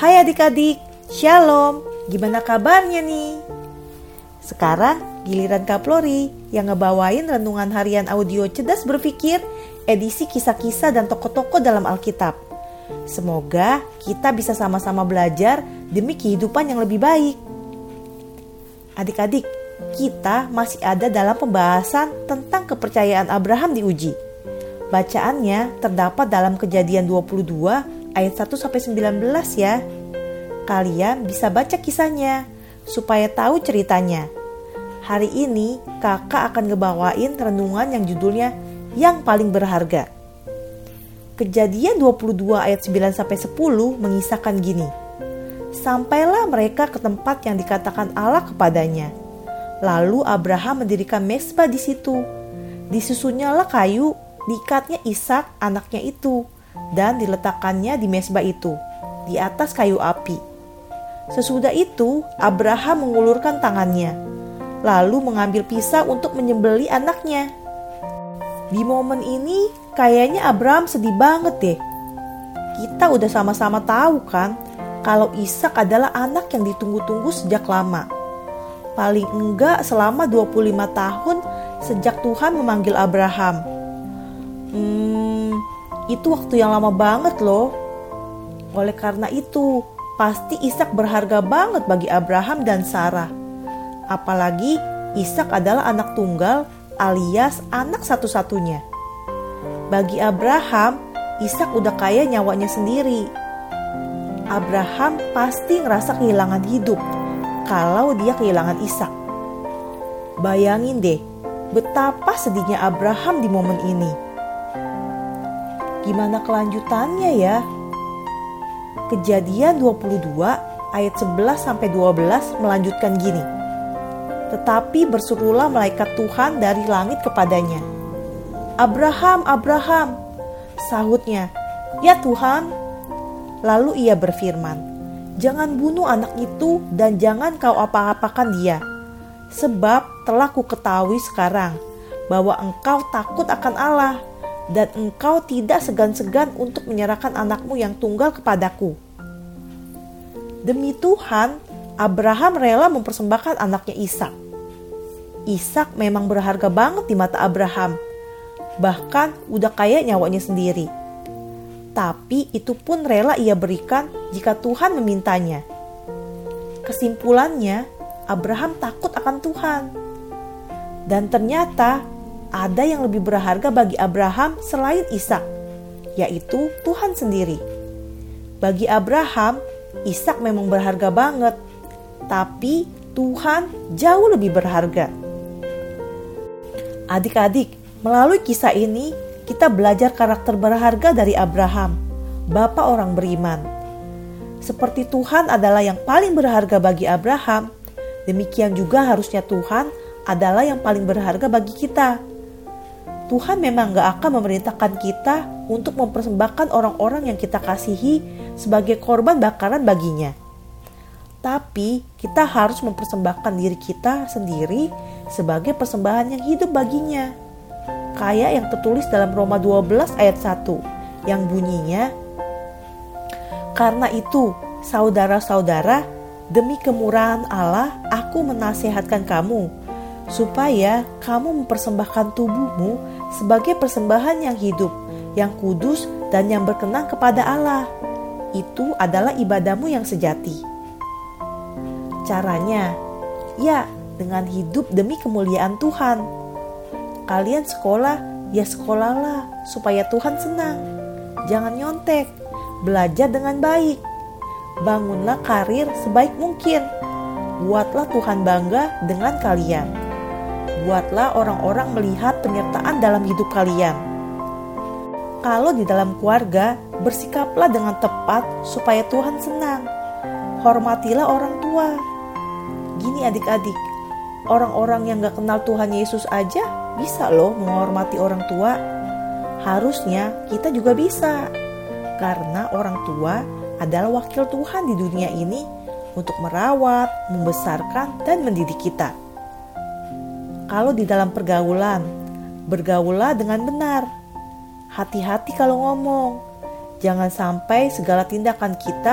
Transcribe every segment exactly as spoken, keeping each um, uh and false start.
Hai adik-adik, Shalom, gimana kabarnya nih? Sekarang giliran Kak Flori yang ngebawain renungan harian audio Cerdas Berpikir, edisi kisah-kisah dan tokoh-tokoh dalam Alkitab. Semoga kita bisa sama-sama belajar demi kehidupan yang lebih baik. Adik-adik, kita masih ada dalam pembahasan tentang kepercayaan Abraham diuji. Bacaannya terdapat dalam Kejadian dua puluh dua ayat satu sampai sembilan belas ya. Kalian bisa baca kisahnya supaya tahu ceritanya. Hari ini kakak akan ngebawain renungan yang judulnya Yang Paling Berharga. Kejadian dua puluh dua ayat sembilan sampai sepuluh mengisahkan gini. Sampailah mereka ke tempat yang dikatakan Allah kepadanya. Lalu Abraham mendirikan mezbah di situ. Disusunnyalah kayu, diikatnya Ishak anaknya itu, dan diletakkannya di mezbah itu, di atas kayu api. Sesudah itu, Abraham mengulurkan tangannya, lalu mengambil pisau untuk menyembelih anaknya. Di momen ini, kayaknya Abraham sedih banget deh. Kita udah sama-sama tahu kan, kalau Ishak adalah anak yang ditunggu-tunggu sejak lama. Paling enggak selama dua puluh lima tahun sejak Tuhan memanggil Abraham. Hmm... Itu waktu yang lama banget loh. Oleh karena itu, pasti Ishak berharga banget bagi Abraham dan Sarah. Apalagi Ishak adalah anak tunggal alias anak satu-satunya. Bagi Abraham, Ishak udah kaya nyawanya sendiri. Abraham pasti ngerasa kehilangan hidup kalau dia kehilangan Ishak. Bayangin deh, betapa sedihnya Abraham di momen ini. Gimana kelanjutannya ya? Kejadian dua puluh dua ayat sebelas sampai dua belas melanjutkan gini. Tetapi berserulah malaikat Tuhan dari langit kepadanya. Abraham, Abraham, sahutnya, ya Tuhan. Lalu ia berfirman, jangan bunuh anak itu dan jangan kau apa-apakan dia. Sebab telah ku ketahui sekarang bahwa engkau takut akan Allah, dan engkau tidak segan-segan untuk menyerahkan anakmu yang tunggal kepadaku. Demi Tuhan, Abraham rela mempersembahkan anaknya Ishak. Ishak memang berharga banget di mata Abraham, bahkan udah kaya nyawanya sendiri. Tapi itu pun rela ia berikan jika Tuhan memintanya. Kesimpulannya, Abraham takut akan Tuhan. Dan ternyata ada yang lebih berharga bagi Abraham selain Ishak, yaitu Tuhan sendiri. Bagi Abraham, Ishak memang berharga banget, tapi Tuhan jauh lebih berharga. Adik-adik, melalui kisah ini kita belajar karakter berharga dari Abraham, bapa orang beriman. Seperti Tuhan adalah yang paling berharga bagi Abraham, demikian juga harusnya Tuhan adalah yang paling berharga bagi kita. Tuhan memang gak akan memerintahkan kita untuk mempersembahkan orang-orang yang kita kasihi sebagai korban bakaran baginya. Tapi kita harus mempersembahkan diri kita sendiri sebagai persembahan yang hidup baginya. Kayak yang tertulis dalam Roma dua belas ayat satu yang bunyinya, karena itu saudara-saudara, demi kemurahan Allah aku menasihatkan kamu, supaya kamu mempersembahkan tubuhmu sebagai persembahan yang hidup, yang kudus dan yang berkenan kepada Allah. Itu adalah ibadahmu yang sejati. Caranya, ya dengan hidup demi kemuliaan Tuhan. Kalian sekolah, ya sekolahlah supaya Tuhan senang. Jangan nyontek, belajar dengan baik. Bangunlah karir sebaik mungkin. Buatlah Tuhan bangga dengan kalian. Buatlah orang-orang melihat penyertaan dalam hidup kalian. Kalau di dalam keluarga, bersikaplah dengan tepat supaya Tuhan senang. Hormatilah orang tua. Gini adik-adik, orang-orang yang gak kenal Tuhan Yesus aja bisa loh menghormati orang tua. Harusnya kita juga bisa. Karena orang tua adalah wakil Tuhan di dunia ini untuk merawat, membesarkan, dan mendidik kita. Kalau di dalam pergaulan, bergaullah dengan benar. Hati-hati kalau ngomong. Jangan sampai segala tindakan kita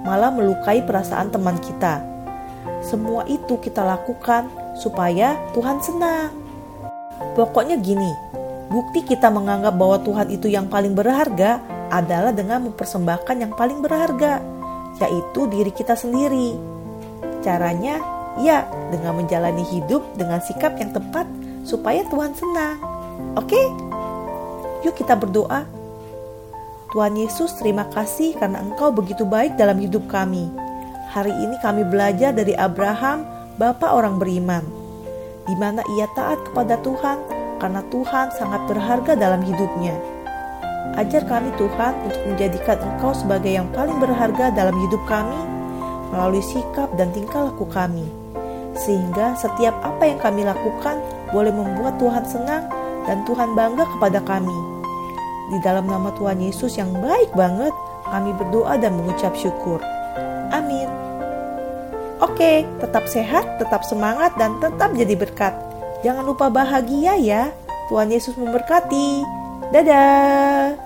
malah melukai perasaan teman kita. Semua itu kita lakukan supaya Tuhan senang. Pokoknya gini, bukti kita menganggap bahwa Tuhan itu yang paling berharga adalah dengan mempersembahkan yang paling berharga, yaitu diri kita sendiri. Caranya, ya dengan menjalani hidup dengan sikap yang tepat supaya Tuhan senang. Oke? Yuk kita berdoa. Tuhan Yesus, terima kasih karena Engkau begitu baik dalam hidup kami. Hari ini kami belajar dari Abraham, bapa orang beriman, di mana ia taat kepada Tuhan karena Tuhan sangat berharga dalam hidupnya. Ajar kami Tuhan untuk menjadikan Engkau sebagai yang paling berharga dalam hidup kami melalui sikap dan tingkah laku kami, sehingga setiap apa yang kami lakukan boleh membuat Tuhan senang dan Tuhan bangga kepada kami. Di dalam nama Tuhan Yesus yang baik banget, kami berdoa dan mengucap syukur. Amin. Oke, tetap sehat, tetap semangat, dan tetap jadi berkat. Jangan lupa bahagia ya. Tuhan Yesus memberkati. Dadah.